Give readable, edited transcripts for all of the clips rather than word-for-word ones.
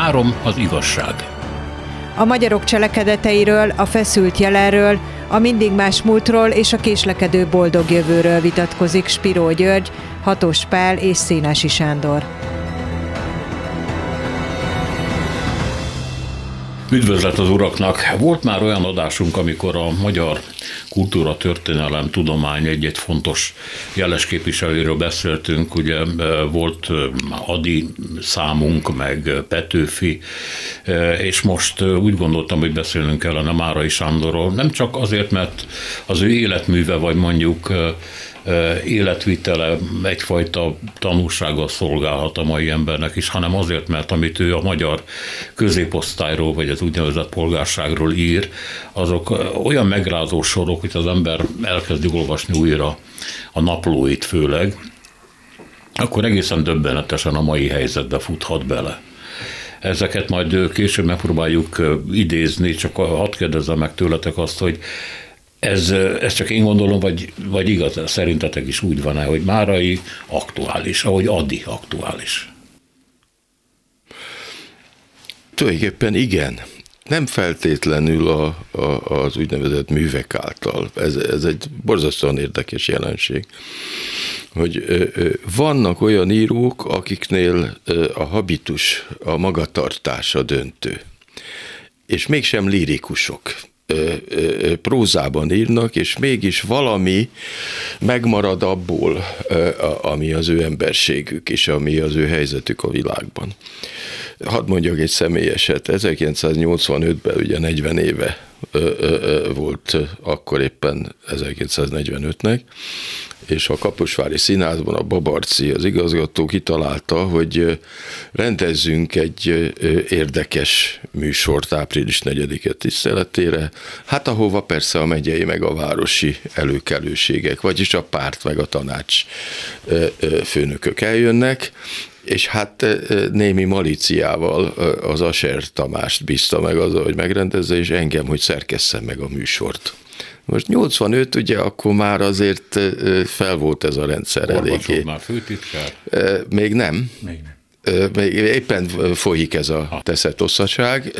3. Az igazság. A magyarok cselekedeteiről, a feszült jelenről, a mindig más múltról és a késlekedő boldog jövőről vitatkozik Spiró György, Hatos Pál és Szénási Sándor. Üdvözlet az uraknak! Volt már olyan adásunk, amikor a magyar kultúra, történelem, tudomány egy-egy fontos jeles képviselőről beszéltünk. Ugye volt Ady számunk, meg Petőfi, és most úgy gondoltam, hogy beszélnünk kellene Márai Sándorról. Nem csak azért, mert az ő életműve, vagy mondjuk életvitele egyfajta tanulsággal szolgálhat a mai embernek is, hanem azért, mert amit ő a magyar középosztályról, vagy az úgynevezett polgárságról ír, azok olyan megrázó sorok, hogy az ember elkezdi olvasni újra a naplóit főleg, akkor egészen döbbenetesen a mai helyzetbe futhat bele. Ezeket majd később megpróbáljuk idézni, csak hadd kérdezzem meg tőletek azt, hogy ez csak én gondolom, vagy igaz, szerintetek is úgy van-e, hogy Márai aktuális, ahogy Ady aktuális? Tulajdonképpen igen. Nem feltétlenül az úgynevezett művek által. Ez egy borzasztóan érdekes jelenség, hogy vannak olyan írók, akiknél a habitus, a magatartás a döntő, és mégsem lírikusok. Prózában írnak, és mégis valami megmarad abból, ami az ő emberségük, és ami az ő helyzetük a világban. Hadd mondjak egy személyeset, 1985-ben ugye 40 éve volt akkor éppen 1945-nek, és a Kaposvári Színházban a Babarczy, az igazgató kitalálta, hogy rendezzünk egy érdekes műsort április 4-e tiszteletére, hát ahova persze a megyei meg a városi előkelőségek, vagyis a párt meg a tanács főnökök eljönnek, és hát némi malíciával az Aser Tamást bízta meg azzal, hogy megrendezze, és engem, hogy szerkesszem meg a műsort. Most 85, ugye akkor már azért fel volt ez a rendszer eléggé. Már főtitkár? Még nem. Még éppen folyik ez a teszetosszaság,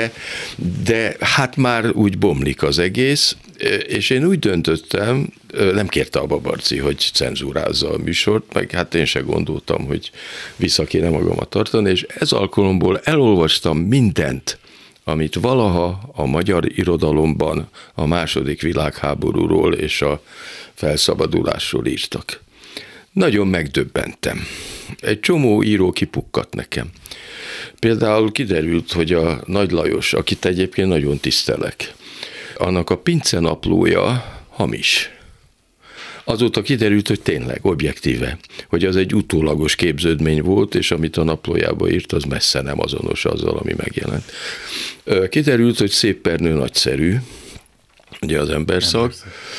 de hát már úgy bomlik az egész, és én úgy döntöttem, nem kérte a Babarczy, hogy cenzúrázza a műsort, meg hát én se gondoltam, hogy vissza kéne magamat tartani, és ez alkalomból elolvastam mindent, amit valaha a magyar irodalomban a második világháborúról és a felszabadulásról írtak. Nagyon megdöbbentem. Egy csomó író kipukkadt nekem. Például kiderült, hogy a Nagy Lajos, akit egyébként nagyon tisztelek, annak a Pince naplója hamis. Azóta kiderült, hogy tényleg, objektíve, hogy az egy utólagos képződmény volt, és amit a naplójába írt, az messze nem azonos azzal, ami megjelent. Kiderült, hogy Szép Pernő nagyszerű, ugye az emberszak,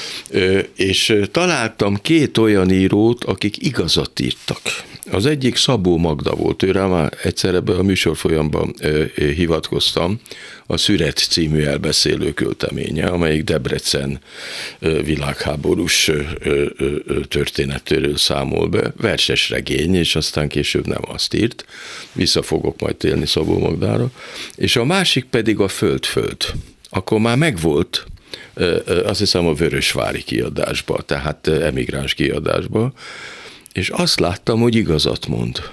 és találtam 2 olyan írót, akik igazat írtak. Az egyik Szabó Magda volt, őre már egyszer ebben a műsorfolyamban hivatkoztam, a Szüret című elbeszélő költeménye, amelyik Debrecen világháborús történetéről számol be, verses regény, és aztán később nem azt írt, vissza fogok majd térni Szabó Magdára, és a másik pedig a Föld. Akkor már megvolt, azt hiszem a Vörösvári kiadásba, tehát emigráns kiadásba, és azt láttam, hogy igazat mond.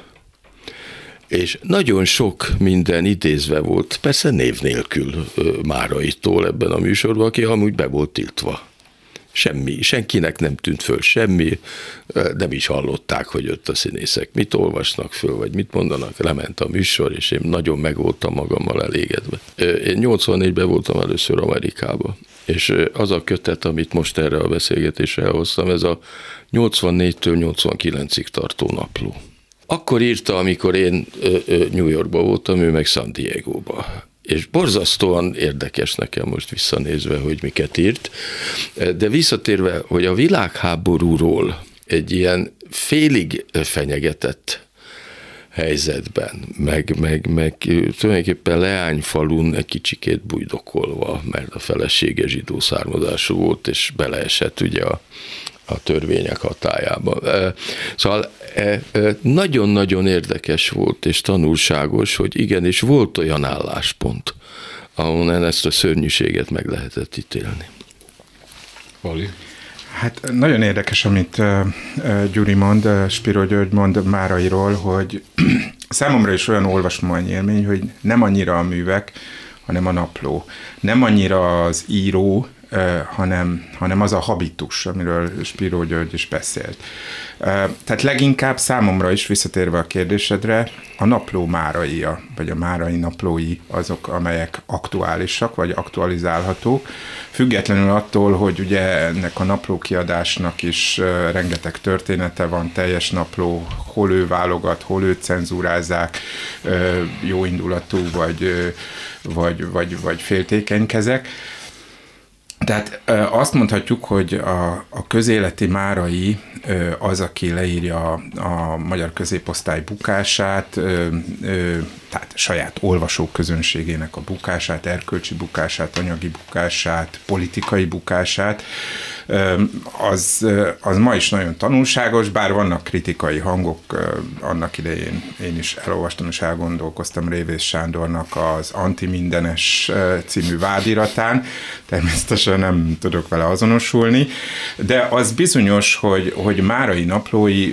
És nagyon sok minden idézve volt, persze név nélkül Máraitól ebben a műsorban, aki amúgy be volt tiltva. Semmi, senkinek nem tűnt föl semmi, nem is hallották, hogy ott a színészek mit olvasnak föl, vagy mit mondanak, lement a műsor, és én nagyon meg voltam magammal elégedve. Én 84-ben voltam először Amerikában, és az a kötet, amit most erre a beszélgetésre elhoztam, ez a 84-től 89-ig tartó napló. Akkor írta, amikor én New Yorkban voltam, ő meg San Diego-ba. És borzasztóan érdekes nekem most visszanézve, hogy miket írt. De visszatérve, hogy a világháborúról egy ilyen félig fenyegetett helyzetben, meg tulajdonképpen Leányfalun egy kicsikét bujdokolva, mert a felesége zsidó származású volt, és beleesett ugye a törvények hatályában. Szóval nagyon-nagyon érdekes volt és tanulságos, hogy igenis volt olyan álláspont, ahonnan ezt a szörnyűséget meg lehetett ítélni. Vali? Hát nagyon érdekes, amit Gyuri mond, Spiro György mond Márairól, hogy számomra is olyan olvasmányélmény, hogy nem annyira a művek, hanem a napló. Nem annyira az író, hanem az a habitus, amiről Spiro György is beszélt. Tehát leginkább számomra is, visszatérve a kérdésedre, a napló máraia, vagy a márai naplói azok, amelyek aktuálisak, vagy aktualizálhatók, függetlenül attól, hogy ugye ennek a naplókiadásnak is rengeteg története van, teljes napló, hol ő válogat, hol őt cenzúrázzák, jóindulatú, vagy féltékenykezek. Tehát azt mondhatjuk, hogy a közéleti Márai az, aki leírja a magyar középosztály bukását, tehát saját olvasóközönségének a bukását, erkölcsi bukását, anyagi bukását, politikai bukását, az ma is nagyon tanulságos, bár vannak kritikai hangok, annak idején én is elolvastam és elgondolkoztam Révész Sándornak az Antimindenes című vádiratán, természetesen nem tudok vele azonosulni, de az bizonyos, hogy Márai naplói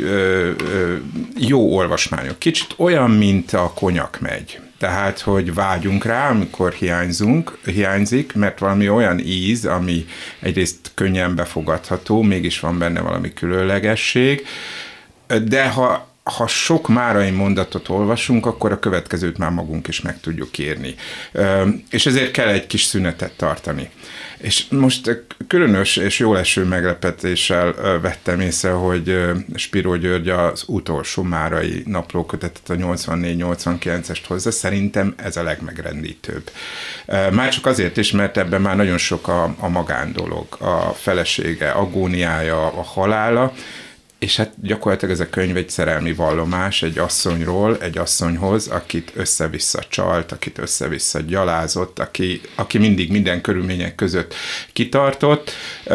jó olvasmányok. Kicsit olyan, mint a konyak megy. Tehát, hogy vágyunk rá, amikor hiányzik, mert valami olyan íz, ami egyrészt könnyen befogadható, mégis van benne valami különlegesség, de ha sok Márai mondatot olvasunk, akkor a következőt már magunk is meg tudjuk írni. És ezért kell egy kis szünetet tartani. És most különös és jól eső meglepetéssel vettem észre, hogy Spiro György az utolsó Márai naplókötetet, a 84-89-est hozza. Szerintem ez a legmegrendítőbb. Már csak azért is, mert ebben már nagyon sok a magándolog, a felesége agóniája, a halála, és hát gyakorlatilag ez a könyv egy szerelmi vallomás egy asszonyról, egy asszonyhoz, akit össze-vissza csalt, akit össze-vissza gyalázott, aki mindig minden körülmények között kitartott.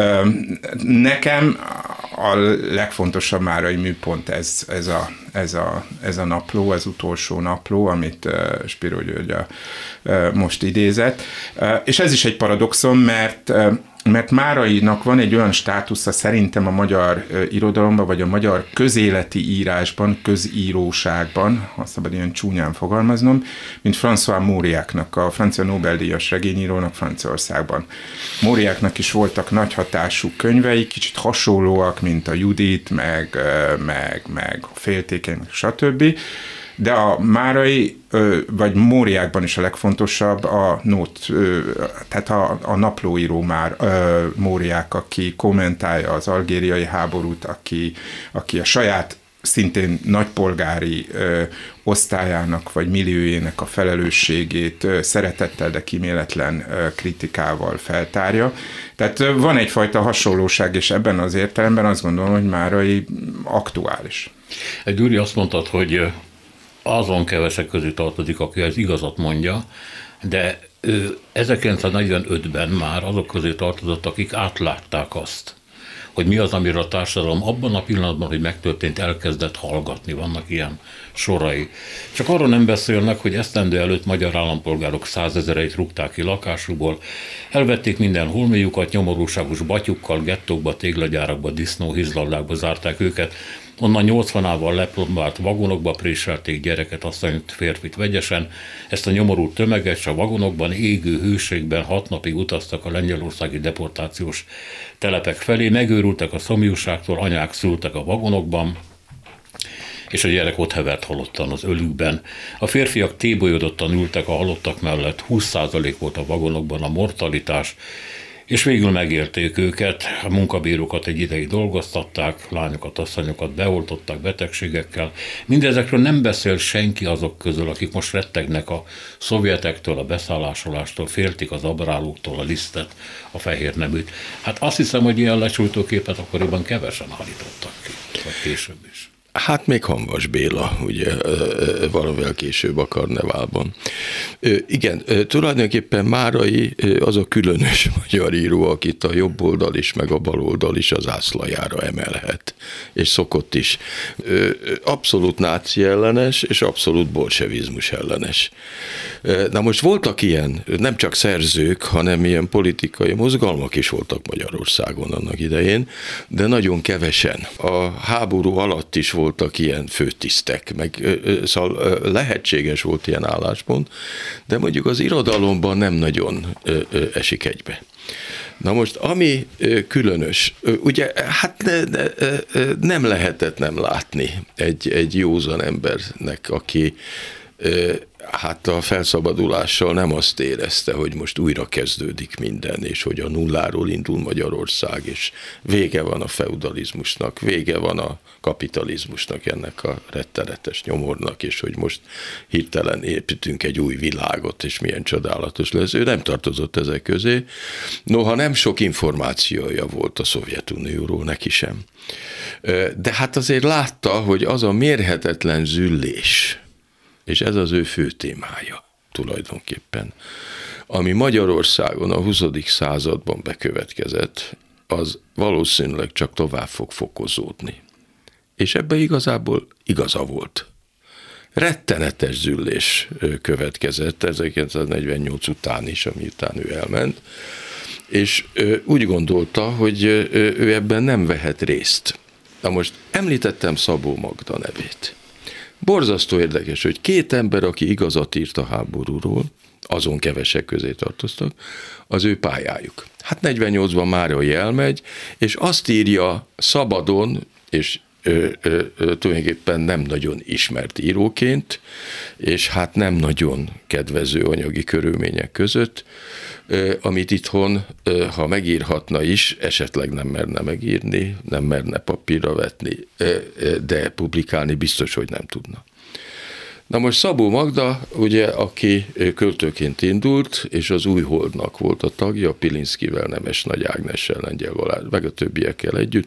Nekem a legfontosabb márai műpont ez a napló, az utolsó napló, amit Spiro György most idézett. És ez is egy paradoxon, mert Márainak van egy olyan státusza szerintem a magyar irodalomban, vagy a magyar közéleti írásban, közíróságban, ha szabad ilyen csúnyán fogalmaznom, mint François Mauriacnak, a francia Nobel-díjas regényírónak Franciaországban. Mauriacnak is voltak nagy hatású könyvei, kicsit hasonlóak, mint a Judit, meg a Féltékeny, stb., de a Márai, vagy Mauriacban is a legfontosabb tehát a naplóíró Mauriac, aki kommentálja az algériai háborút, aki a saját szintén nagypolgári osztályának vagy milliójének a felelősségét szeretettel, de kíméletlen kritikával feltárja. Tehát van egyfajta hasonlóság, és ebben az értelemben azt gondolom, hogy Márai aktuális. Gyuri, azt mondtad, hogy azon kevesek közé tartozik, aki az igazat mondja, de ő 1945-ben már azok közé tartozott, akik átlátták azt, hogy mi az, amire a társadalom abban a pillanatban, hogy megtörtént, elkezdett hallgatni. Vannak ilyen sorai. Csak arról nem beszélnek, hogy esztendő előtt magyar állampolgárok 100 000-eit rúgták ki lakásukból, elvették minden holmiukat, nyomorúságos batyukkal, gettókba, téglagyárakba, disznóhizlaldákba zárták őket, onnan 80-ával leplombált vagonokba préselték gyereket, asszonyt, férfit vegyesen. Ezt a nyomorult tömeget s a vagonokban égő hőségben 6 napig utaztak a lengyelországi deportációs telepek felé, megőrültek a szomjúságtól, anyák szültek a vagonokban, és a gyerek ott hevert halottan az ölükben. A férfiak tébolyodottan ültek a halottak mellett, 20% volt a vagonokban a mortalitás, és végül megérték őket, a munkabírókat egy ideig dolgoztatták, lányokat, asszonyokat beoltották betegségekkel. Mindezekről nem beszél senki azok közül, akik most rettegnek a szovjetektől, a beszállásolástól, féltik az abrálóktól a lisztet, a fehér neműt. Hát azt hiszem, hogy ilyen lecsújtó képet akkoriban kevesen állítottak ki, vagy később is. Hát még Hamvas Béla, ugye valamivel később a Karneválban. Igen, tulajdonképpen Márai az a különös magyar író, akit a jobb oldal is, meg a bal oldal is az ászlajára emelhet, és szokott is. Abszolút náci ellenes, és abszolút bolsevizmus ellenes. Na most voltak ilyen, nem csak szerzők, hanem ilyen politikai mozgalmak is voltak Magyarországon annak idején, de nagyon kevesen. A háború alatt is voltak ilyen főtisztek, meg szóval lehetséges volt ilyen álláspont, de mondjuk az irodalomban nem nagyon esik egybe. Na most, ami különös, ugye, hát nem lehetett nem látni egy józan embernek, aki hát a felszabadulással nem azt érezte, hogy most újra kezdődik minden, és hogy a nulláról indul Magyarország, és vége van a feudalizmusnak, vége van a kapitalizmusnak, ennek a rettenetes nyomornak, és hogy most hirtelen építünk egy új világot, és milyen csodálatos lesz. Ő nem tartozott ezek közé, noha nem sok információja volt a Szovjetunióról, neki sem. De hát azért látta, hogy az a mérhetetlen züllés, és ez az ő fő témája tulajdonképpen, ami Magyarországon a 20. században bekövetkezett, az valószínűleg csak tovább fog fokozódni. És ebben igazából igaza volt. Rettenetes züllés következett 1948 után is, ami után ő elment, és úgy gondolta, hogy ő ebben nem vehet részt. Na most említettem Szabó Magda nevét. Borzasztó érdekes, hogy két ember, aki igazat írt a háborúról, azon kevesek közé tartoztak, az ő pályájuk. Hát 48-ban Márai elmegy, és azt írja szabadon, és tulajdonképpen nem nagyon ismert íróként, és hát nem nagyon kedvező anyagi körülmények között, amit itthon, ha megírhatna is, esetleg nem merne megírni, nem merne papírra vetni, de publikálni biztos, hogy nem tudna. Na most Szabó Magda, ugye, aki költőként indult, és az Újholdnak volt a tagja, Pilinszkivel, Nemes Nagy Ágnessel, Lengyel Balázs, meg a többiekkel együtt,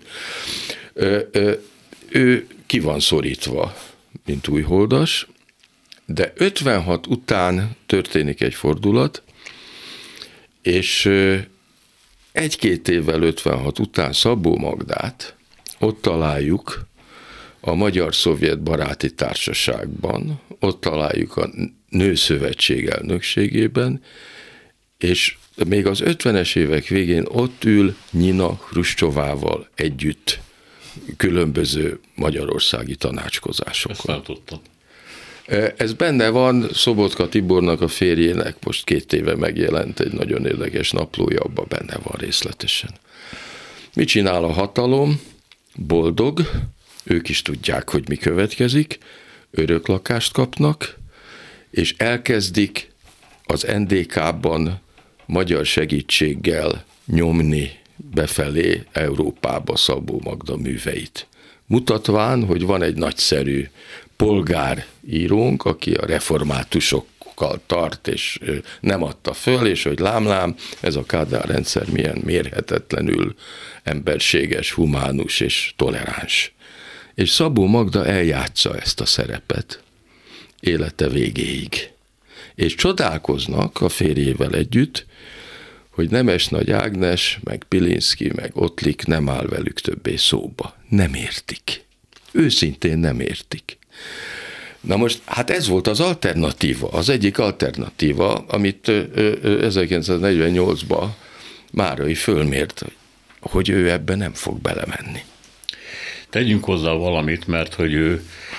ő ki van szorítva, mint újholdas, de 56 után történik egy fordulat, és egy-két évvel 56 után Szabó Magdát ott találjuk a Magyar-Szovjet Baráti Társaságban, ott találjuk a Nőszövetség elnökségében, és még az 50-es évek végén ott ül Nyina Hruscsovával együtt különböző magyarországi tanácskozásokon. Ezt nem tudtam. Ez benne van, Szobotka Tibornak, a férjének most 2 éve megjelent egy nagyon érdekes naplója, abban benne van részletesen. Mit csinál a hatalom? Boldog, ők is tudják, hogy mi következik, öröklakást kapnak, és elkezdik az NDK-ban magyar segítséggel nyomni befelé Európába Szabó Magda műveit. Mutatván, hogy van egy nagyszerű polgárírónk, aki a reformátusokkal tart, és nem adta föl, és hogy lám, ez a Kádár rendszer milyen mérhetetlenül emberséges, humánus és toleráns. És Szabó Magda eljátsza ezt a szerepet élete végéig. És csodálkoznak a férjével együtt, hogy Nemes Nagy Ágnes, meg Pilinszky, meg Ottlik nem áll velük többé szóba. Nem értik. Őszintén nem értik. Na most, hát ez volt az alternatíva, az egyik alternatíva, amit 1948-ban Márai fölmért, hogy ő ebben nem fog belemenni. Tegyünk hozzá valamit, mert hogy ő,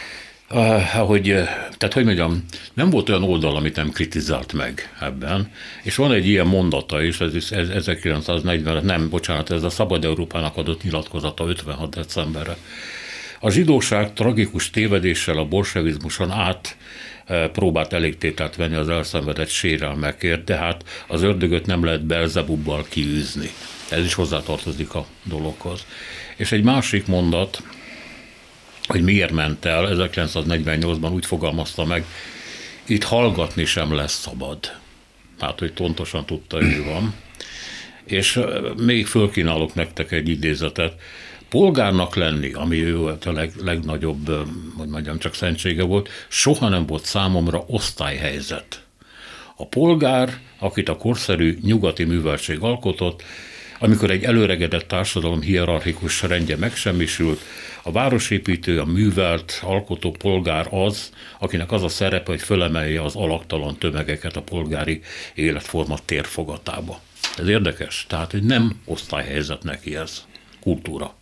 tehát hogy mondjam, nem volt olyan oldal, amit nem kritizált meg ebben, és van egy ilyen mondata is, ez 1940, ez a Szabad Európának adott nyilatkozata 56. decemberre. A zsidóság tragikus tévedéssel a bolsevizmuson át próbált elégtételt venni az elszenvedett sérelmekért, de hát az ördögöt nem lehet Belzebubbal kiűzni. Ez is hozzátartozik a dologhoz. És egy másik mondat, hogy miért ment el, 1948-ban úgy fogalmazta meg, itt hallgatni sem lesz szabad. Hát, hogy pontosan tudta, hogy van. És még fölkínálok nektek egy idézetet. Polgárnak lenni, ami ő a legnagyobb, hogy mondjam, csak szentsége volt, soha nem volt számomra osztályhelyzet. A polgár, akit a korszerű nyugati műveltség alkotott, amikor egy előregedett társadalom hierarchikus rendje megsemmisült, a városépítő, a művelt, alkotó polgár az, akinek az a szerepe, hogy fölemelje az alaktalan tömegeket a polgári életforma térfogatába. Ez érdekes, tehát hogy nem osztályhelyzet neki ez, kultúra.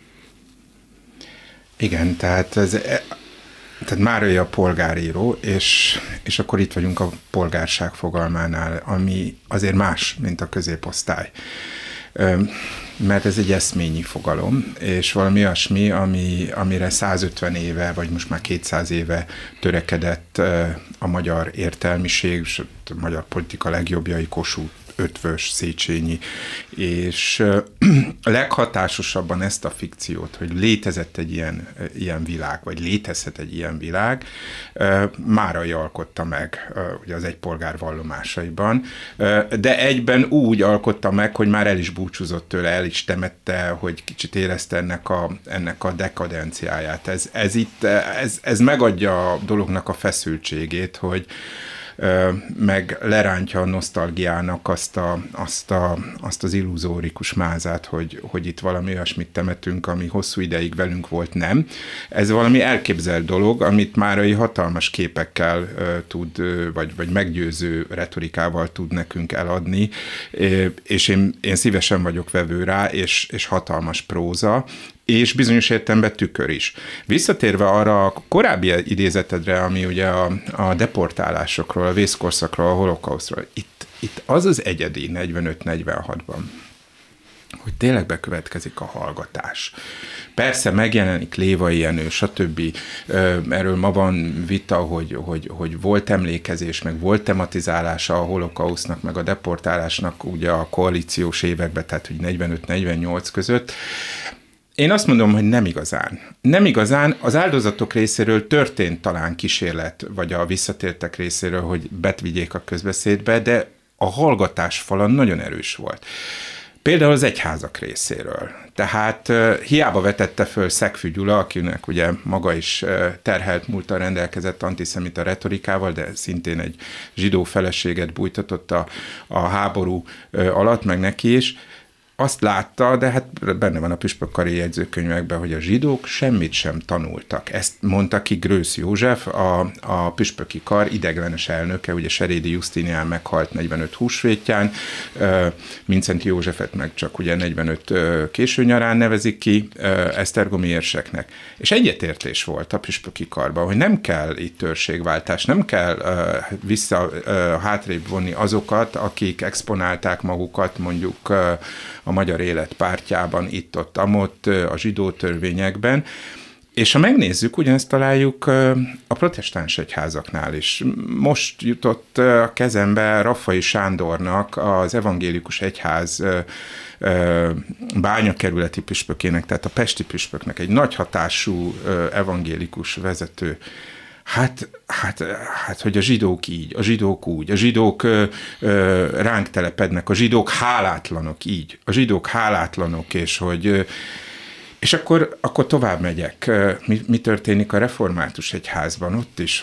Igen, tehát Márai a polgáríró, és akkor itt vagyunk a polgárság fogalmánál, ami azért más, mint a középosztály. Mert ez egy eszményi fogalom, és valami olyasmi, amire 150 éve, vagy most már 200 éve törekedett a magyar értelmiség, a magyar politika legjobbjai, Kossuth, Eötvös, Széchenyi, és leghatásosabban ezt a fikciót, hogy létezett egy ilyen világ, vagy létezhet egy ilyen világ, Márai alkotta meg ugye az Egy polgár vallomásaiban, de egyben úgy alkotta meg, hogy már el is búcsúzott tőle, el is temette, hogy kicsit érezte ennek a dekadenciáját. Ez megadja a dolognak a feszültségét, hogy meg lerántja a nosztalgiának azt az illuzórikus mázát, hogy itt valami olyasmit temetünk, ami hosszú ideig velünk volt, nem. Ez valami elképzelt dolog, amit Márai hatalmas képekkel tud, vagy meggyőző retorikával tud nekünk eladni, és én szívesen vagyok vevő rá, és hatalmas próza, és bizonyos értelemben tükör is. Visszatérve arra a korábbi idézetedre, ami ugye a deportálásokról, a vészkorszakról, a holokausztról, itt az az egyedi 45-46-ban, hogy tényleg bekövetkezik a hallgatás. Persze megjelenik Lévai Jenő, stb. Erről ma van vita, hogy volt emlékezés, meg volt tematizálása a holokausznak, meg a deportálásnak ugye a koalíciós években, tehát hogy 45-48 között. Én azt mondom, hogy nem igazán. Nem igazán. Az áldozatok részéről történt talán kísérlet, vagy a visszatértek részéről, hogy betvigyék a közbeszédbe, de a hallgatás fala nagyon erős volt. Például az egyházak részéről. Tehát hiába vetette föl Szegfű Gyula, akinek ugye maga is terhelt múlttal rendelkezett antiszemita retorikával, de szintén egy zsidó feleséget bújtatott a háború alatt, meg neki is, azt látta, de hát benne van a püspökkari jegyzőkönyvekben, hogy a zsidók semmit sem tanultak. Ezt mondta ki Grősz József, a püspöki kar ideglenes elnöke, ugye Serédi Justinián meghalt 45 húsvétján, Mindszenty Józsefet meg csak ugye 45 késő nyarán nevezik ki esztergomi érseknek. És egyetértés volt a püspöki karban, hogy nem kell itt törzségváltás, nem kell hátrébb vonni azokat, akik exponálták magukat mondjuk a Magyar Élet pártjában, itt-ott-amott, a zsidó törvényekben, és ha megnézzük, ugyanezt találjuk a protestáns egyházaknál is. Most jutott a kezembe Raffai Sándornak, az evangélikus egyház bányakerületi püspökének, tehát a pesti püspöknek egy nagy hatású evangélikus vezető. Hát, hogy a zsidók így, a zsidók úgy, a zsidók ránk telepednek, a zsidók hálátlanok így, a zsidók hálátlanok, és akkor tovább megyek. Mi történik a református egyházban? Ott is,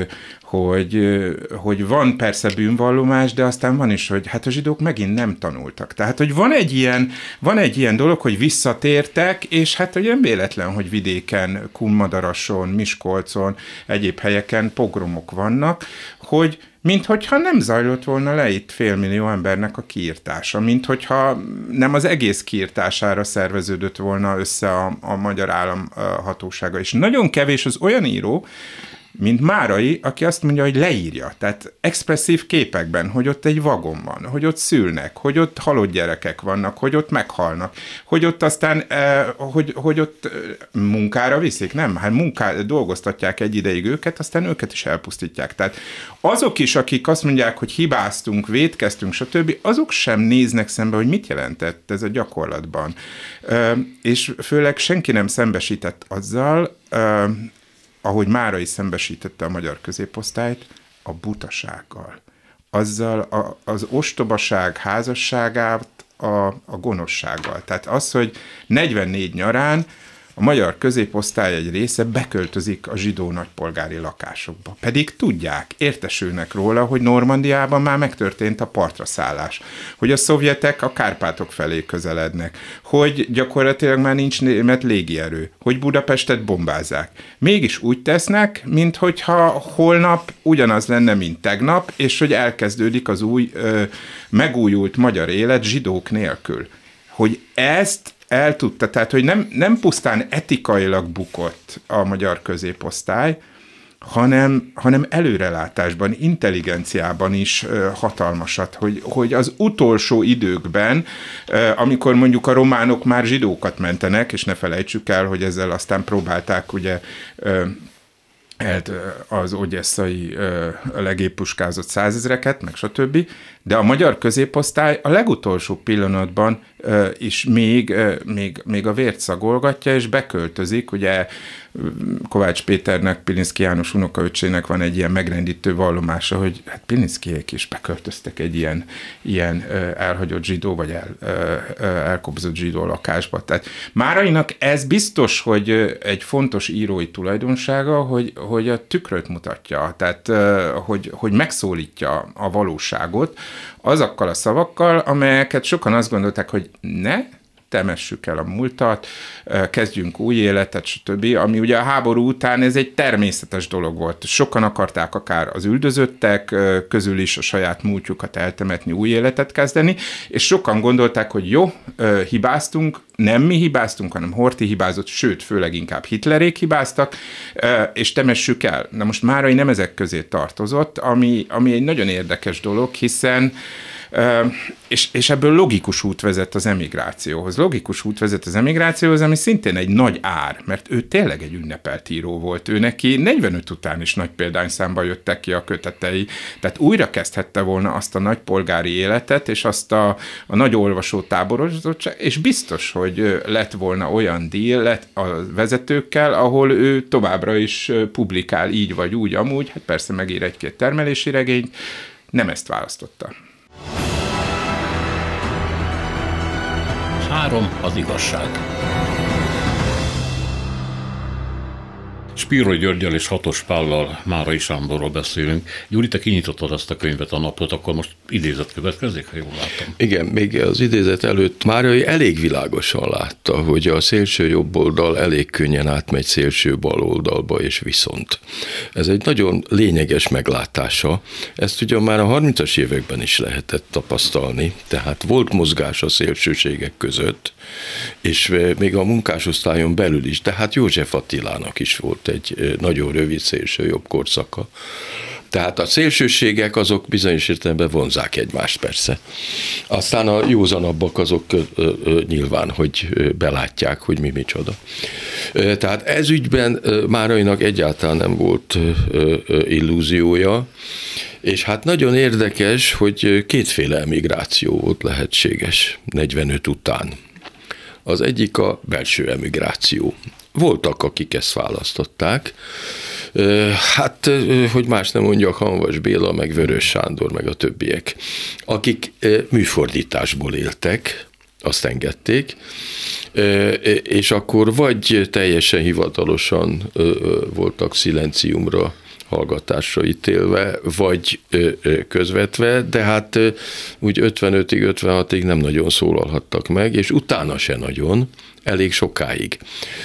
hogy van persze bűnvallomás, de aztán van is, hogy hát a zsidók megint nem tanultak. Tehát, hogy van egy ilyen dolog, hogy visszatértek, és hát ugye nem véletlen, hogy vidéken, Kunmadarason, Miskolcon, egyéb helyeken pogromok vannak, hogy minthogyha nem zajlott volna le itt 500 000 embernek a kiirtása, minthogyha nem az egész kiirtására szerveződött volna össze a magyar állam hatósága. És nagyon kevés az olyan író, mint Márai, aki azt mondja, hogy leírja, tehát expresszív képekben, hogy ott egy vagon van, hogy ott szülnek, hogy ott halott gyerekek vannak, hogy ott meghalnak, hogy ott aztán, hogy ott munkára viszik, nem? Hát dolgoztatják egy ideig őket, aztán őket is elpusztítják. Tehát azok is, akik azt mondják, hogy hibáztunk, vétkeztünk, stb., azok sem néznek szembe, hogy mit jelentett ez a gyakorlatban. És főleg senki nem szembesített azzal, ahogy Márai szembesítette a magyar középosztályt, a butasággal. Azzal az ostobaság házasságát, a gonoszsággal. Tehát az, hogy 44 nyarán a magyar középosztály egy része beköltözik a zsidó nagypolgári lakásokba. Pedig tudják, értesülnek róla, hogy Normandiában már megtörtént a partraszállás, hogy a szovjetek a Kárpátok felé közelednek, hogy gyakorlatilag már nincs német légierő, hogy Budapestet bombázzák. Mégis úgy tesznek, minthogyha holnap ugyanaz lenne, mint tegnap, és hogy elkezdődik az új, megújult magyar élet zsidók nélkül. Hogy ezt eltudta, tehát, hogy nem pusztán etikailag bukott a magyar középosztály, hanem előrelátásban, intelligenciában is hatalmasat, hogy az utolsó időkben, amikor mondjuk a románok már zsidókat mentenek, és ne felejtsük el, hogy ezzel aztán próbálták ugye az ogyesszai legépuskázott 100 000-eket, meg stb., de a magyar középosztály a legutolsó pillanatban is még a vért szagolgatja, és beköltözik. Ugye Kovács Péternek, Pilinszky János unokaöccsének van egy ilyen megrendítő vallomása, hogy hát Pilinszkyék is beköltöztek egy ilyen elhagyott zsidó, vagy elkobzott zsidó lakásba. Tehát Márainak ez biztos, hogy egy fontos írói tulajdonsága, hogy a tükröt mutatja, tehát hogy megszólítja a valóságot azokkal a szavakkal, amelyeket sokan azt gondolták, hogy ne temessük el a múltat, kezdjünk új életet, stb., ami ugye a háború után ez egy természetes dolog volt. Sokan akarták akár az üldözöttek közül is a saját múltjukat eltemetni, új életet kezdeni, és sokan gondolták, hogy jó, hibáztunk, nem mi hibáztunk, hanem Horthy hibázott, sőt, főleg inkább Hitlerék hibáztak, és temessük el. Na most Márai nem ezek közé tartozott, ami egy nagyon érdekes dolog, hiszen és ebből logikus út vezet az emigrációhoz. Logikus út vezet az emigrációhoz, ami szintén egy nagy ár, mert ő tényleg egy ünnepelt író volt. Ő neki 45 után is nagy példányszámba jöttek ki a kötetei, tehát újra kezdhette volna azt a nagy polgári életet, és azt a nagy olvasótáborozottság, és biztos, hogy lett volna olyan deal a vezetőkkel, ahol ő továbbra is publikál így vagy úgy, amúgy, hát persze megír egy-két termelési regényt, nem ezt választotta. 3. Az igazság. Spirói Györggyel és Hatos Pállal, Márai Sándorról beszélünk. Gyuri, te kinyitottad ezt a könyvet a napot, akkor most idézet következik, ha jól látom. Igen, még az idézet előtt Márai elég világosan látta, hogy a szélső jobb oldal elég könnyen átmegy szélső bal oldalba, és viszont. Ez egy nagyon lényeges meglátása. Ezt ugyan már a 30-as években is lehetett tapasztalni, tehát volt mozgás a szélsőségek között, és még a munkásosztályon belül is, de hát József Attilának is volt egy nagyon rövid szélső jobb korszaka. Tehát a szélsőségek azok bizonyos értelemben vonzák egymást persze. Aztán a józanabbak azok nyilván, hogy belátják, hogy mi micsoda. Tehát ez ügyben Márainak egyáltalán nem volt illúziója, és hát nagyon érdekes, hogy kétféle emigráció volt lehetséges 45 után. Az egyik a belső emigráció. Voltak, akik ezt választották. Hát, hogy más nem mondjak, Hanvas Béla, meg Vörös Sándor, meg a többiek, akik műfordításból éltek, azt engedték, és akkor vagy teljesen hivatalosan voltak szilenciumra, hallgatásra ítélve, vagy közvetve, de hát úgy 55-ig, 56-ig nem nagyon szólalhattak meg, és utána se nagyon, elég sokáig.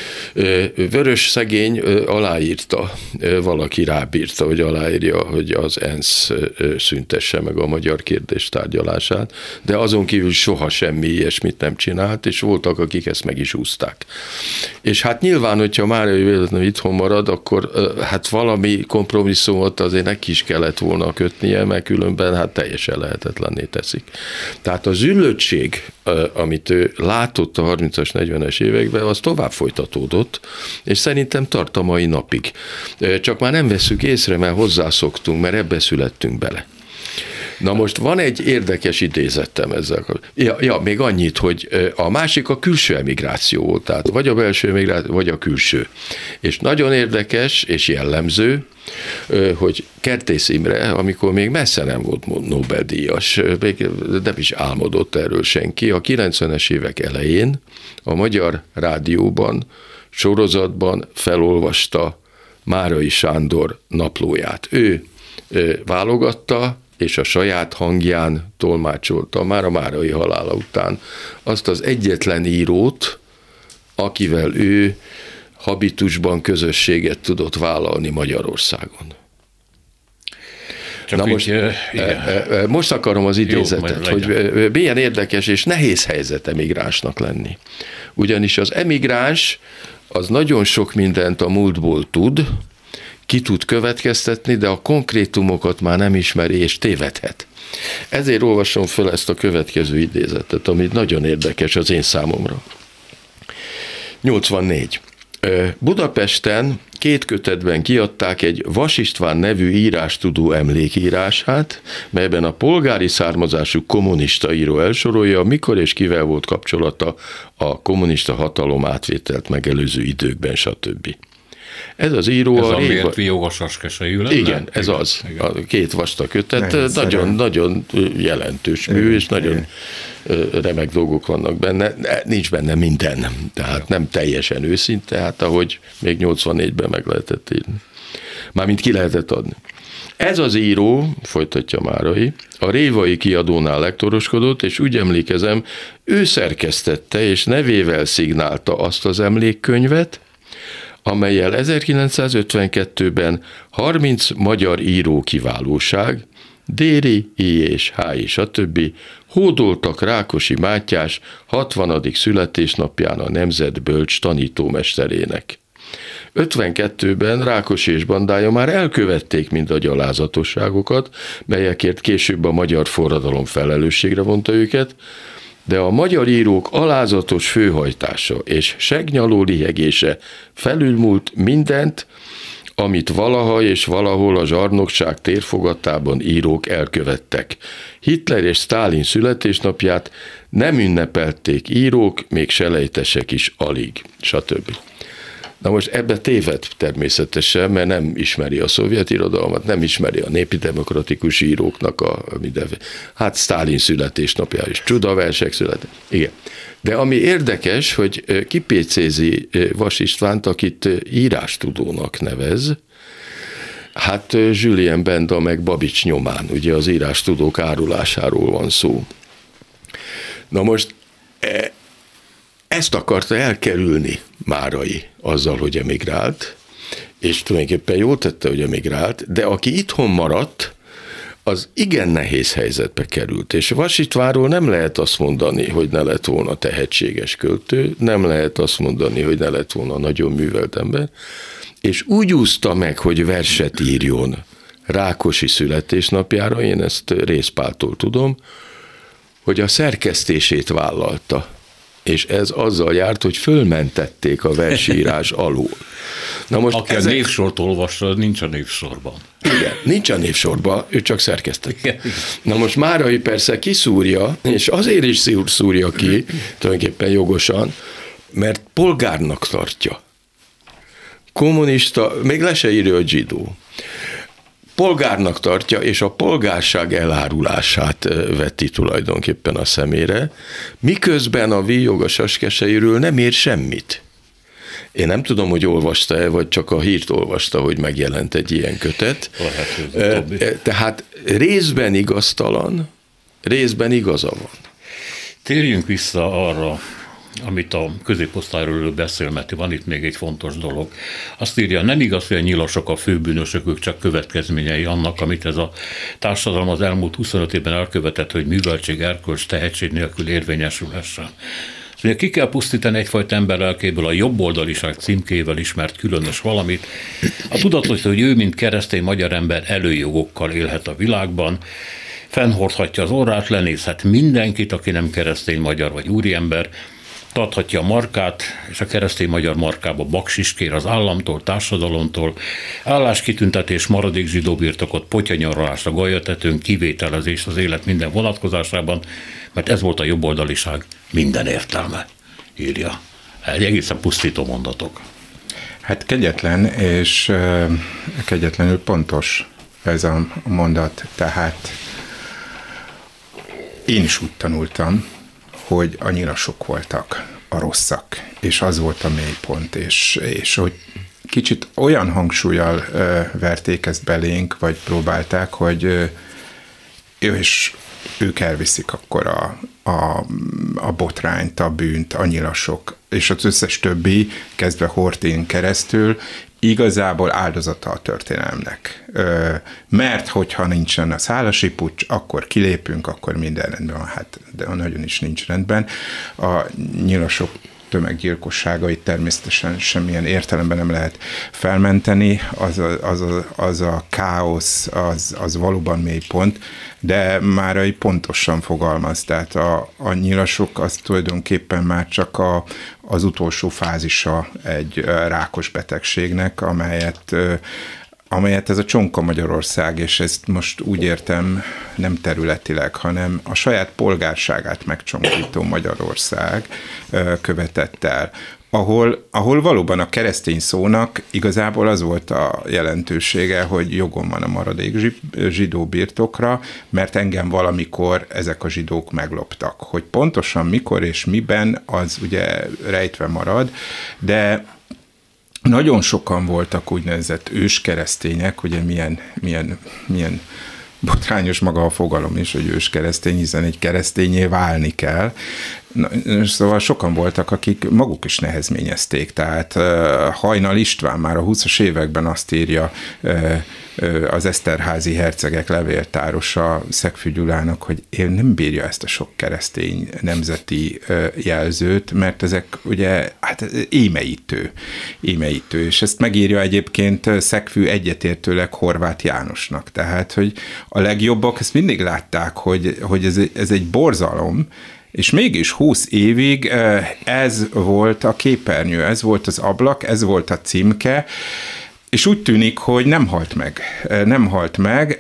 Vörös szegény aláírta, valaki rábírta, hogy aláírja, hogy az ENSZ szüntesse meg a magyar kérdés tárgyalását, de azon kívül soha semmi ilyesmit nem csinált, és voltak, akik ezt meg is úszták. És hát nyilván, hogyha Márai véletlenül itthon marad, akkor hát valami kompromisszumot azért neki is kellett volna kötnie, mert különben hát teljesen lehetetlenné teszik. Tehát a züllöttség, amit ő látott a 30-as, 40-es években, az tovább folytatódott, és szerintem tart a mai napig. Csak már nem vesszük észre, mert hozzászoktunk, mert ebbe születtünk bele. Na most van egy érdekes idézettem ezzel. Még annyit, hogy a másik a külső emigráció volt, tehát vagy a belső emigráció, vagy a külső. És nagyon érdekes és jellemző, hogy Kertész Imre, amikor még messze nem volt Nobel-díjas, még nem is álmodott erről senki, a 90-es évek elején a Magyar Rádióban, sorozatban felolvasta Márai Sándor naplóját. Ő válogatta, és a saját hangján tolmácsolta már a Márai halála után azt az egyetlen írót, akivel ő habitusban közösséget tudott vállalni Magyarországon. Na most akarom az idézetet, hogy milyen érdekes és nehéz helyzet emigránsnak lenni. Ugyanis az emigráns az nagyon sok mindent a múltból tud, ki tud következtetni, de a konkrétumokat már nem ismeri és tévedhet. Ezért olvasom fel ezt a következő idézetet, ami nagyon érdekes az én számomra. 84. Budapesten 2 kötetben kiadták egy Vas István nevű írástudó emlékírását, melyben a polgári származású kommunista író elsorolja, mikor és kivel volt kapcsolata a kommunista hatalom átvételt megelőző időkben, stb. Ez az író ez a miért Vióga-Saskesejű lenne? Igen, ez az. Igen. A 2 vastag kötet, nagyon jelentős mű, és nagyon remek dolgok vannak benne. Nincs benne minden, tehát nem teljesen őszinte, hát ahogy még 84-ben meg lehetett írni. Mármint ki lehetett adni. Ez az író, folytatja Márai, a Révai kiadónál lektoroskodott, és úgy emlékezem, ő szerkesztette és nevével szignálta azt az emlékkönyvet, amellyel 1952-ben 30 magyar író kiválóság, Déri, I. és H. stb. Hódoltak Rákosi Mátyás 60. születésnapján a nemzet bölcs tanítómesterének. 52-ben Rákosi és bandája már elkövették mind a gyalázatosságokat, melyekért később a magyar forradalom felelősségre vonta őket, de a magyar írók alázatos főhajtása és segnyaló lihegése felülmúlt mindent, amit valaha és valahol a zsarnokság térfogatában írók elkövettek. Hitler és Sztálin születésnapját nem ünnepelték írók, még selejtesek is alig, stb. Na most ebbe téved természetesen, mert nem ismeri a szovjet irodalmat, nem ismeri a népi demokratikus íróknak hát Sztálin születésnapja is, csodaversek született. Igen. De ami érdekes, hogy kipécézi Vas Istvánt, akit írástudónak nevez, hát Julien Benda meg Babics nyomán, ugye az írástudók árulásáról van szó. Na most ezt akarta elkerülni Márai azzal, hogy emigrált, és tulajdonképpen jól tette, hogy emigrált, de aki itthon maradt, az igen nehéz helyzetbe került. És Vas Istvánról nem lehet azt mondani, hogy ne lett volna tehetséges költő, nem lehet azt mondani, hogy ne lett volna nagyon művelt ember, és úgy úszta meg, hogy verset írjon Rákosi születésnapjára, én ezt Rész Páltól tudom, hogy a szerkesztését vállalta. És ez azzal járt, hogy fölmentették a versírás alól. Na most aki a névsort olvassa, nincs a névsorban. Igen, nincs a névsorban, ő csak szerkesztett. Na most Márai persze kiszúrja, és azért is szúrja ki, tulajdonképpen jogosan, mert polgárnak tartja. Kommunista, még le se írja, hogy zsidó. Polgárnak tartja, és a polgárság elárulását vetti tulajdonképpen a szemére, miközben a Vijóga-Saskesejűről nem ír semmit. Én nem tudom, hogy olvasta-e, vagy csak a hírt olvasta, hogy megjelent egy ilyen kötet. Tehát részben igaztalan, részben igaza van. Térjünk vissza arra, amit a középosztályról beszél, mert van itt még egy fontos dolog. Azt írja, nem igaz, hogy a nyilasok a főbűnösök, ők csak következményei annak, amit ez a társadalom az elmúlt 25 évben elkövetett, hogy műveltség, erkölcs, tehetség nélkül érvényesülhessen. Szóval ki kell pusztítani egyfajta emberlelkéből a jobboldaliság címkével ismert különös valamit, a tudatot, hogy ő, mint keresztény magyar ember előjogokkal élhet a világban, fennhordhatja az orrát, lenézhet mindenkit, aki nem keresztény magyar vagy úriember, tarthatja a markát, és a keresztény magyar markába baksist kér az államtól, társadalomtól, álláskitüntetés, maradék zsidó birtokot, potyanyaralásra, galjatetőn, kivételezés az élet minden vonatkozásában, mert ez volt a jobboldaliság minden értelme, írja. Egy egészen pusztító mondatok. Hát kegyetlen, és kegyetlenül pontos ez a mondat. Tehát én is úgy tanultam, hogy annyira sok voltak a rosszak, és az volt a mélypont, és hogy kicsit olyan hangsúllyal verték ezt belénk, vagy próbálták, hogy és ők elviszik akkor a botrányt, a bűnt, annyira sok, és az összes többi, kezdve Horthyn keresztül, igazából áldozata a történelemnek. Mert hogyha nincsen a szálasi puccs, akkor kilépünk, akkor minden rendben van. Hát, de nagyon is nincs rendben. A nyilasok tömeggyilkosságait természetesen semmilyen értelemben nem lehet felmenteni, az a káosz, az valóban mélypont, de már pontosan fogalmaz, tehát a nyilasok az tulajdonképpen már csak az utolsó fázisa egy rákos betegségnek, amelyet ez a csonka Magyarország, és ezt most úgy értem nem területileg, hanem a saját polgárságát megcsonkító Magyarország követett el, ahol valóban a keresztény szónak igazából az volt a jelentősége, hogy jogom van a maradék zsidó birtokra, mert engem valamikor ezek a zsidók megloptak. Hogy pontosan mikor és miben, az ugye rejtve marad, de nagyon sokan voltak úgynevezett őskeresztények, ugye milyen botrányos maga a fogalom is, hogy őskeresztény, hiszen egy keresztényé válni kell. Szóval sokan voltak, akik maguk is nehezményezték, tehát Hajnal István már a 20-as években azt írja az Eszterházy hercegek levéltárosa Szegfű Gyulának, hogy én nem bírja ezt a sok keresztény nemzeti jelzőt, mert ezek ugye hát émeítő, és ezt megírja egyébként Szegfű egyetértőleg Horváth Jánosnak, tehát hogy a legjobbak ezt mindig látták, hogy ez egy borzalom, és mégis 20 évig ez volt a képernyő, ez volt az ablak, ez volt a címke, és úgy tűnik, hogy nem halt meg,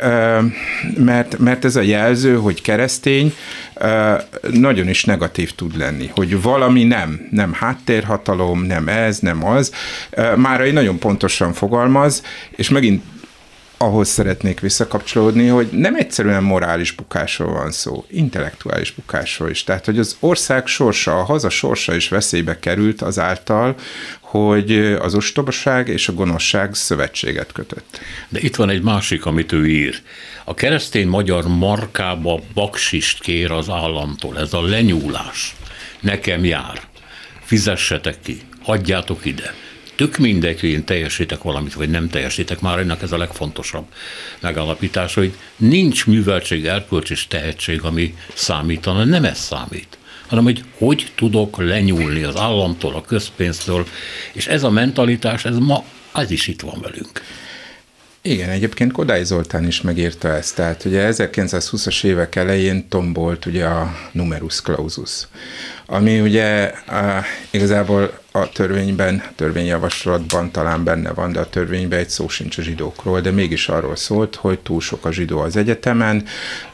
mert ez a jelző, hogy keresztény, nagyon is negatív tud lenni, hogy valami nem háttérhatalom, nem ez, nem az. Márai nagyon pontosan fogalmaz, és megint ahhoz szeretnék visszakapcsolódni, hogy nem egyszerűen morális bukásról van szó, intellektuális bukásról is. Tehát, hogy az ország sorsa, a haza sorsa is veszélybe került azáltal, hogy az ostobaság és a gonoszság szövetséget kötött. De itt van egy másik, amit ő ír. A keresztény magyar markába baksist kér az államtól. Ez a lenyúlás. Nekem jár. Fizessetek ki. Hagyjátok ide. Tök mindegy, hogy én teljesítek valamit, vagy nem teljesítek. Már ennek ez a legfontosabb megállapítás, hogy nincs műveltség, erkölcs és tehetség, ami számítana. Nem ez számít, hanem hogy tudok lenyúlni az államtól, a közpénztől, és ez a mentalitás, ez is itt van velünk. Igen, egyébként Kodály Zoltán is megírta ezt, tehát ugye 1920-as évek elején tombolt ugye a numerus clausus, ami ugye igazából a törvényjavaslatban talán benne van, de a törvényben egy szó sincs a zsidókról, de mégis arról szólt, hogy túl sok a zsidó az egyetemen,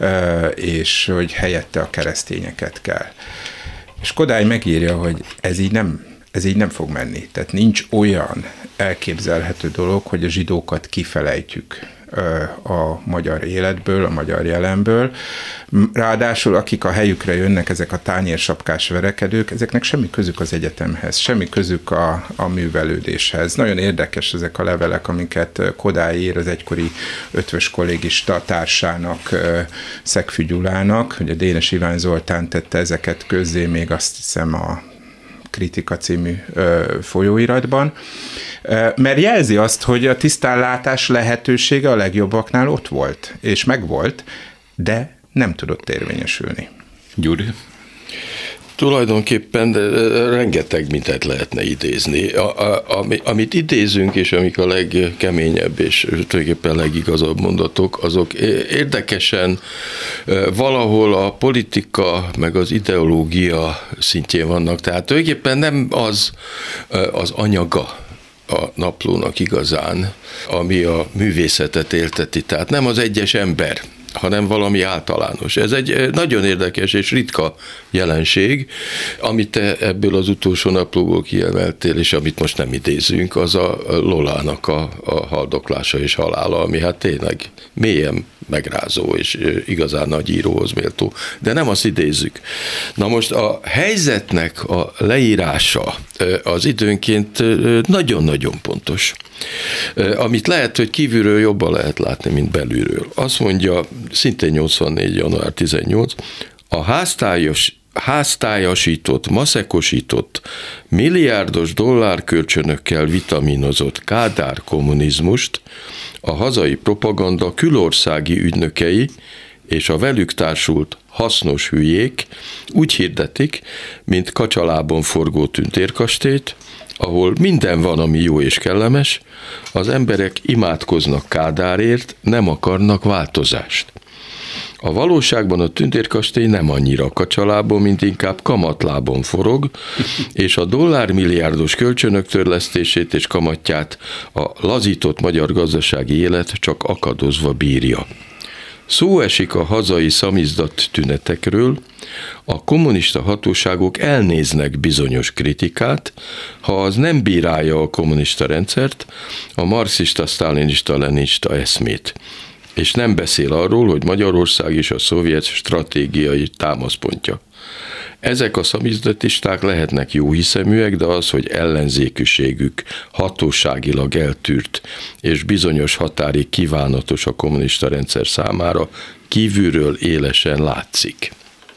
és hogy helyette a keresztényeket kell. És Kodály megírja, hogy ez így nem fog menni. Tehát nincs olyan elképzelhető dolog, hogy a zsidókat kifelejtjük a magyar életből, a magyar jelenből. Ráadásul akik a helyükre jönnek, ezek a tányérsapkás verekedők, ezeknek semmi közük az egyetemhez, semmi közük a művelődéshez. Nagyon érdekes ezek a levelek, amiket Kodály ír az egykori ötvös kollégista társának, Szegfű Gyulának, ugye Dénes Iván Zoltán tette ezeket közzé még azt hiszem a Kritika című folyóiratban, mert jelzi azt, hogy a tisztánlátás lehetősége a legjobbaknál ott volt, és megvolt, de nem tudott érvényesülni. Gyuri? Tulajdonképpen rengeteg mindent lehetne idézni. Amit idézünk, és amik a legkeményebb és tulajdonképpen legigazabb mondatok, azok érdekesen valahol a politika meg az ideológia szintjén vannak. Tehát tulajdonképpen nem az anyaga a naplónak igazán, ami a művészetet élteti. Tehát nem az egyes ember, hanem valami általános. Ez egy nagyon érdekes és ritka jelenség, amit te ebből az utolsó naplóból kiemeltél, és amit most nem idézünk, az a Lolának a haldoklása és halála, ami hát tényleg mélyen megrázó és igazán nagy íróhoz méltó. De nem azt idézzük. Na most a helyzetnek a leírása az időnként nagyon-nagyon pontos. Amit lehet, hogy kívülről jobban lehet látni, mint belülről. Azt mondja, szintén 84. január 18, a háztályasított, maszekosított, milliárdos dollárkölcsönökkel vitaminozott Kádár kommunizmust a hazai propaganda külországi ügynökei és a velük társult hasznos hülyék úgy hirdetik, mint kacsalában forgó tündérkastélyt, ahol minden van, ami jó és kellemes, az emberek imádkoznak Kádárért, nem akarnak változást. A valóságban a tündérkastély nem annyira kacsalábon, mint inkább kamatlábon forog, és a dollármilliárdos kölcsönök törlesztését és kamatját a lazított magyar gazdasági élet csak akadozva bírja. Szó esik a hazai szamizdat tünetekről, a kommunista hatóságok elnéznek bizonyos kritikát, ha az nem bírálja a kommunista rendszert, a marxista, sztálinista, leninista eszmét. És nem beszél arról, hogy Magyarország is a szovjet stratégiai támaszpontja. Ezek a szamizdatisták lehetnek jóhiszeműek, de az, hogy ellenzékűségük hatóságilag eltűrt, és bizonyos határig kívánatos a kommunista rendszer számára, kívülről élesen látszik.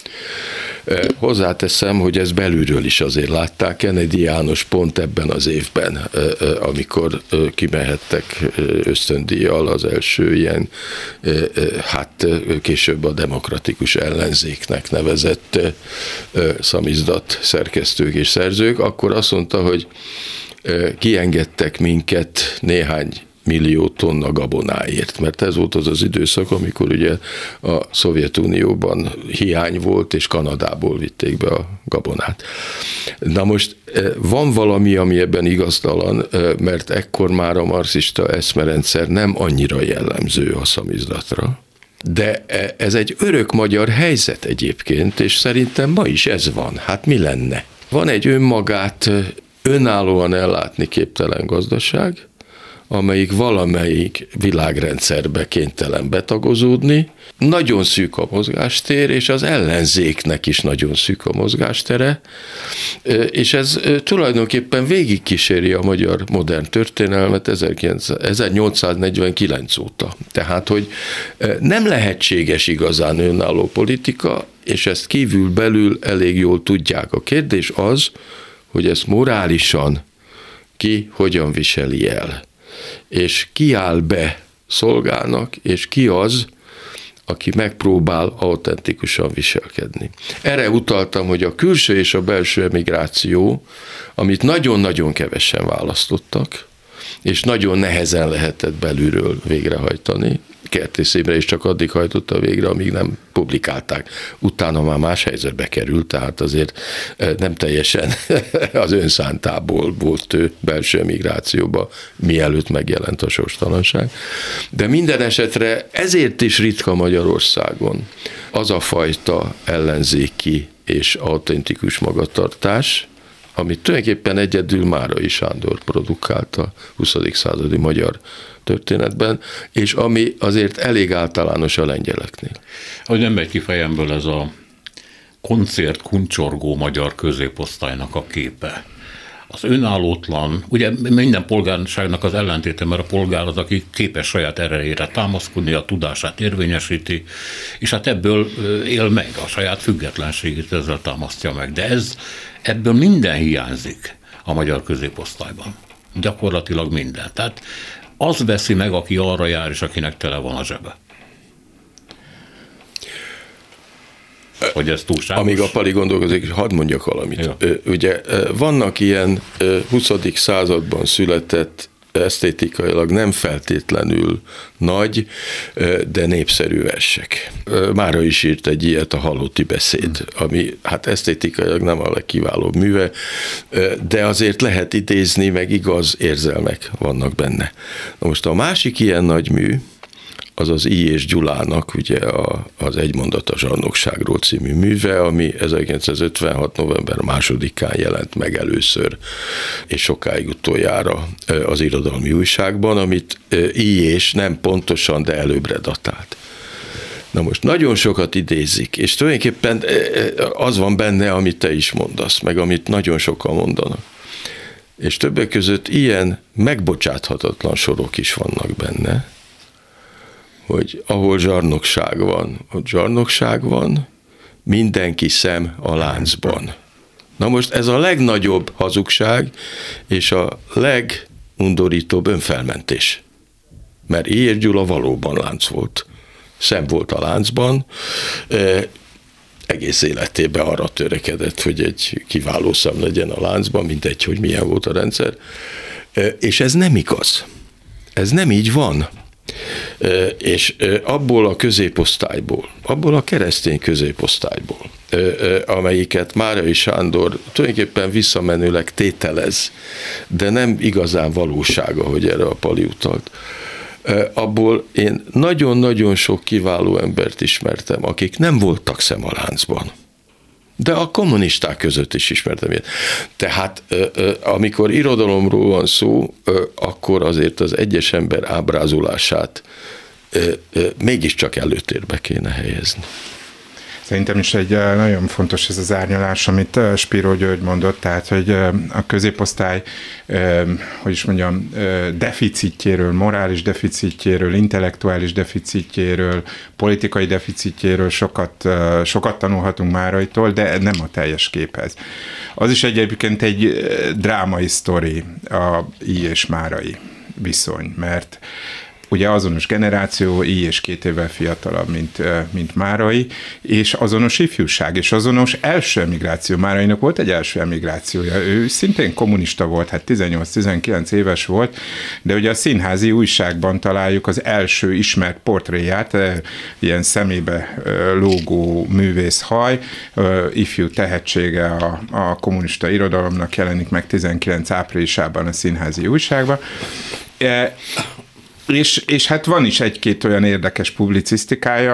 Hozzáteszem, hogy ezt belülről is azért látták. Kennedy János pont ebben az évben, amikor kimehettek ösztöndíjjal az első ilyen, hát később a demokratikus ellenzéknek nevezett szamizdat szerkesztők és szerzők, akkor azt mondta, hogy kiengedtek minket néhány millió tonna gabonáért, mert ez volt az az időszak, amikor ugye a Szovjetunióban hiány volt, és Kanadából vitték be a gabonát. Na most van valami, ami ebben igaztalan, mert ekkor már a marxista eszmerendszer nem annyira jellemző a szamizdatra, de ez egy örök magyar helyzet egyébként, és szerintem ma is ez van. Hát mi lenne? Van egy önmagát önállóan ellátni képtelen gazdaság, amelyik valamelyik világrendszerbe kénytelen betagozódni. Nagyon szűk a mozgástér, és az ellenzéknek is nagyon szűk a mozgástere, és ez tulajdonképpen végigkíséri a magyar modern történelmet 1849 óta. Tehát, hogy nem lehetséges igazán önálló politika, és ezt kívül-belül elég jól tudják. A kérdés az, hogy ezt morálisan ki hogyan viseli el, és ki áll be szolgálnak, és ki az, aki megpróbál autentikusan viselkedni. Erre utaltam, hogy a külső és a belső emigráció, amit nagyon-nagyon kevesen választottak, és nagyon nehezen lehetett belülről végrehajtani. Kertész Imre is csak addig hajtotta végre, amíg nem publikálták. Utána már más helyzetbe került, tehát azért nem teljesen az önszántából volt ő belső emigrációba, mielőtt megjelent a sorstalanság. De minden esetre ezért is ritka Magyarországon az a fajta ellenzéki és autentikus magatartás, amit tulajdonképpen egyedül Márai Sándor produkált a 20. századi magyar történetben, és ami azért elég általános a lengyeleknél. Hogy nem megy ki fejemből ez a koncert kuncsorgó magyar középosztálynak a képe. Az önállótlan, ugye minden polgárságnak az ellentéte, mert a polgár az, aki képes saját erejére támaszkodni, a tudását érvényesíti, és hát ebből él meg, a saját függetlenségét ezzel támasztja meg. De ebből minden hiányzik a magyar középosztályban. Gyakorlatilag minden. Tehát az veszi meg, aki arra jár, és akinek tele van a zsebe. Hogy ez túlságos? Amíg a Pali gondolkozik, hadd mondjak valamit. Ja. Ugye vannak ilyen 20. században született, esztétikailag nem feltétlenül nagy, de népszerű versek. Mára is írt egy ilyet, a Halotti beszéd, ami hát esztétikailag nem a legkiválóbb műve, de azért lehet idézni, meg igaz érzelmek vannak benne. Na most a másik ilyen nagy mű, az az I. és Gyulának ugye az Egy mondat a zsarnokságról című műve, ami 1956. november 2-án jelent meg először, és sokáig utoljára az Irodalmi Újságban, amit I. és nem pontosan, de előbbre datált. Na most nagyon sokat idézik, és tulajdonképpen az van benne, amit te is mondasz, meg amit nagyon sokan mondanak. És többek között ilyen megbocsáthatatlan sorok is vannak benne, hogy ahol zsarnokság van, ott zsarnokság van, mindenki szem a láncban. Na most ez a legnagyobb hazugság, és a legundorítóbb önfelmentés. Mert I. és Gyula valóban lánc volt. Szem volt a láncban, egész életében arra törekedett, hogy egy kiváló szem legyen a láncban, mindegy, hogy milyen volt a rendszer. És ez nem igaz. Ez nem így van. És abból a középosztályból, abból a keresztény középosztályból, amelyiket Márai Sándor tulajdonképpen visszamenőleg tételez, de nem igazán valósága, hogy erre a Pali utalt, abból én nagyon-nagyon sok kiváló embert ismertem, akik nem voltak szem a láncban. De a kommunisták között is ismertem ilyet. Tehát amikor irodalomról van szó, akkor azért az egyes ember ábrázolását mégiscsak előtérbe kéne helyezni. Szerintem is egy nagyon fontos ez az árnyalás, amit Spiro György mondott, tehát, hogy a középosztály, hogy is mondjam, deficitjéről, morális deficitjéről, intellektuális deficitjéről, politikai deficitjéről sokat tanulhatunk Máraitól, de nem a teljes képhez. Az is egyébként egy drámai sztori, a I. és Márai viszony, mert ugye azonos generáció, I. és 2 évvel fiatalabb, mint Márai, és azonos ifjúság, és azonos első emigráció. Márainak volt egy első emigrációja, ő szintén kommunista volt, hát 18-19 éves volt, de ugye a Színházi Újságban találjuk az első ismert portréját, ilyen szemébe lógó művészhaj, ifjú tehetsége a kommunista irodalomnak jelenik meg 19 áprilisában a Színházi Újságban. És hát van is egy-két olyan érdekes publicisztikája,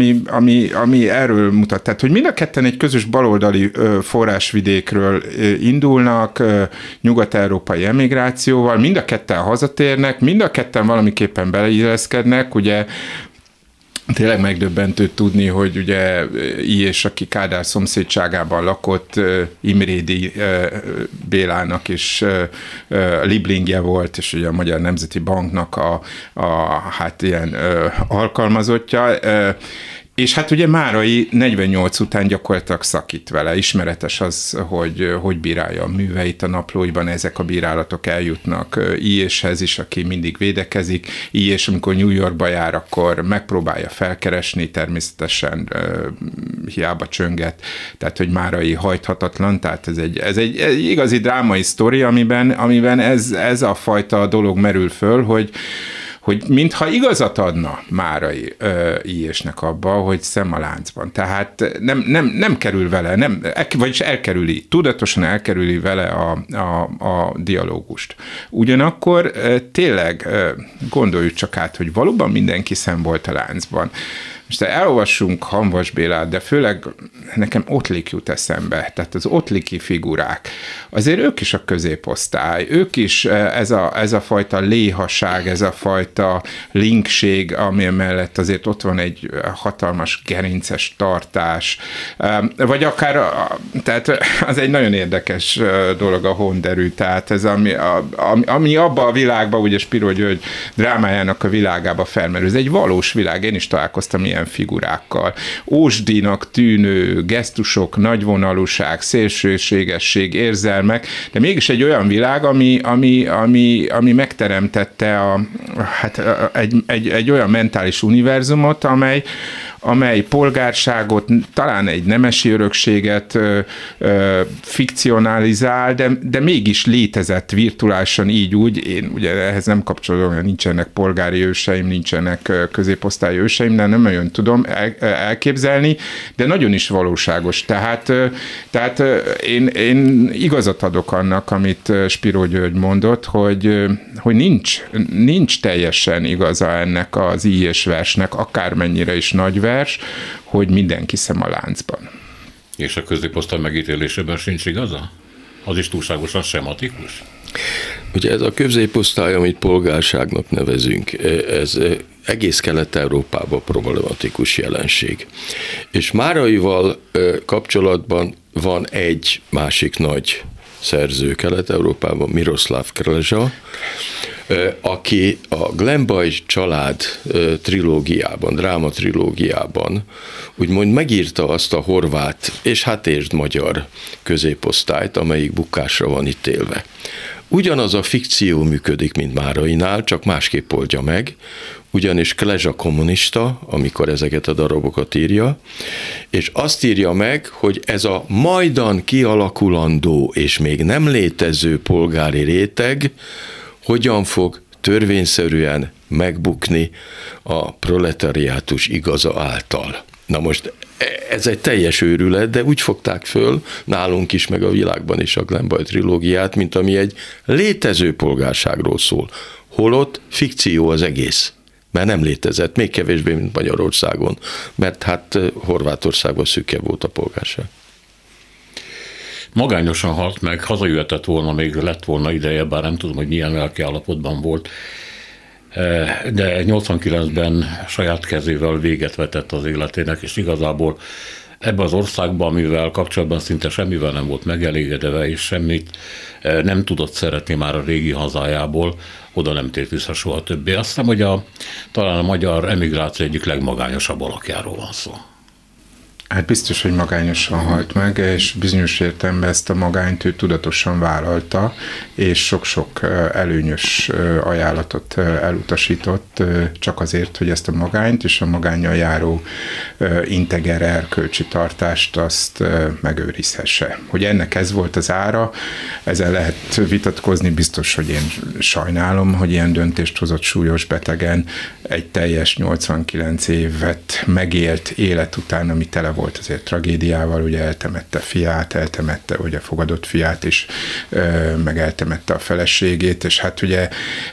ami erről mutat. Tehát, hogy mind a ketten egy közös baloldali forrásvidékről indulnak, nyugat-európai emigrációval, mind a ketten hazatérnek, mind a ketten valamiképpen beleilleszkednek, ugye tényleg megdöbbentő tudni, hogy ugye I. és aki Kádár szomszédságában lakott, Imrédi Bélának is liblingje volt, és ugye a Magyar Nemzeti Banknak a hát ilyen alkalmazottja, és hát ugye Márai 48 után gyakorlatilag szakít vele. Ismeretes az, hogy bírálja a műveit a naplóiban, ezek a bírálatok eljutnak I. és-hez is, aki mindig védekezik. I. és amikor New Yorkba jár, akkor megpróbálja felkeresni, természetesen hiába csönget, tehát hogy Márai hajthatatlan, tehát ez egy igazi drámai sztori, amiben ez a fajta dolog merül föl, hogy mintha igazat adna Márai I. és-nek abba, hogy szem a láncban. Tehát nem kerül vele, vagyis elkerüli, tudatosan elkerüli vele a dialógust. Ugyanakkor tényleg gondoljuk csak át, hogy valóban mindenki szem volt a láncban. Most elolvassunk Hamvas Bélát, de főleg nekem Ottlik jut eszembe, tehát az ottliki figurák. Azért ők is a középosztály, ők is ez a fajta léhaság, ez a fajta linkség, ami mellett azért ott van egy hatalmas gerinces tartás, vagy akár, tehát az egy nagyon érdekes dolog a honderű, tehát ez ami abba a világban, ugye Spiro György drámájának a világába felmerül, ez egy valós világ, én is találkoztam ilyen figurákkal. Ósdínak tűnő gesztusok, nagyvonalúság, szélsőségesség, érzelmek, de mégis egy olyan világ, ami megteremtette egy olyan mentális univerzumot, amely polgárságot, talán egy nemesi örökséget fikcionalizál, de mégis létezett virtuálisan így úgy. Én ugye ehhez nem kapcsolódom, nincsenek polgári őseim, nincsenek középosztályi őseim, de nem nagyon tudom elképzelni, de nagyon is valóságos. Tehát én igazat adok annak, amit Spiró György mondott, hogy nincs teljesen igaza ennek az íjés versnek, akármennyire is nagy vers, hogy mindenki szem a láncban. És a középosztály megítélésében sincs igaza? Az is túlságosan sematikus? Ugye ez a középosztály, amit polgárságnak nevezünk, ez egész Kelet-Európában problematikus jelenség. És Máraival kapcsolatban van egy másik nagy szerző Kelet-Európában, Miroslav Krleža, aki a Glenbaj család trilógiában, drámatrilógiában úgymond megírta azt a horvát és hát értsd magyar középosztályt, amelyik bukásra van ítélve. Ugyanaz a fikció működik, mint Márainál, csak másképp oldja meg, ugyanis Krleža kommunista, amikor ezeket a darabokat írja, és azt írja meg, hogy ez a majdan kialakulandó és még nem létező polgári réteg hogyan fog törvényszerűen megbukni a proletariátus igaza által. Na most ez egy teljes őrület, de úgy fogták föl nálunk is, meg a világban is a Glenbaj trilógiát, mint ami egy létező polgárságról szól. Holott fikció az egész, mert nem létezett, még kevésbé, mint Magyarországon, mert hát Horvátországban szükke volt a polgárság. Magányosan halt meg, hazajöhetett volna, még lett volna ideje, bár nem tudom, hogy milyen lelki állapotban volt, de 89-ben saját kezével véget vetett az életének, és igazából ebben az országban, amivel kapcsolatban szinte semmivel nem volt megelégedve, és semmit nem tudott szeretni már a régi hazájából, oda nem tért vissza soha többé. Azt hiszem, hogy talán a magyar emigráció egyik legmagányosabb alakjáról van szó. Hát biztos, hogy magányosan halt meg, és bizonyos értelemben ezt a magányt ő tudatosan vállalta, és sok-sok előnyös ajánlatot elutasított csak azért, hogy ezt a magányt és a magánnyal járó integer erkölcsi tartást azt megőrizhesse. Hogy ennek ez volt az ára, ezzel lehet vitatkozni, biztos, hogy én sajnálom, hogy ilyen döntést hozott súlyos betegen, egy teljes 89 évet megélt élet után, ami tele volt azért tragédiával, ugye eltemette fiát, eltemette ugye fogadott fiát is, meg eltemette a feleségét, és hát ugye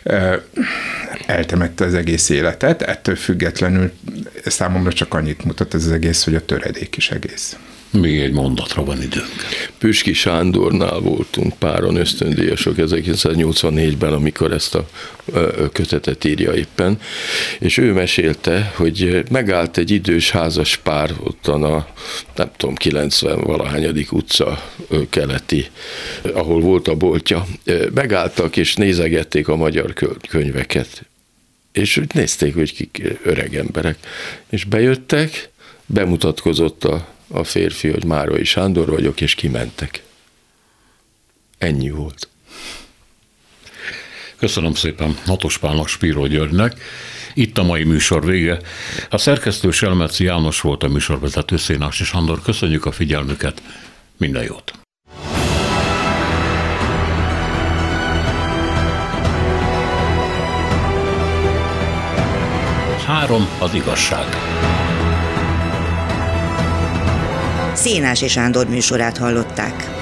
eltemette az egész életet, ettől függetlenül számomra csak annyit mutat ez az egész, hogy a töredék is egész. Még egy mondatra van időnk. Püski Sándornál voltunk páran ösztöndíjasok 1984-ben, amikor ezt a kötetet írja éppen, és ő mesélte, hogy megállt egy idős házas pár ottan a, nem tudom, 90-valahányadik utca keleti, ahol volt a boltja. Megálltak és nézegették a magyar könyveket, és úgy nézték, hogy kik öreg emberek, és bejöttek, bemutatkozott a férfi, hogy Márai Sándor vagyok, és kimentek. Ennyi volt. Köszönöm szépen Hatos Pálnak, Spiró Györgynek. Itt a mai műsor vége. A szerkesztő Selmeci János volt, a műsorvezető Szénási Sándor. Köszönjük a figyelmüket. Minden jót! Három az igazság. Szénási Sándor műsorát hallották.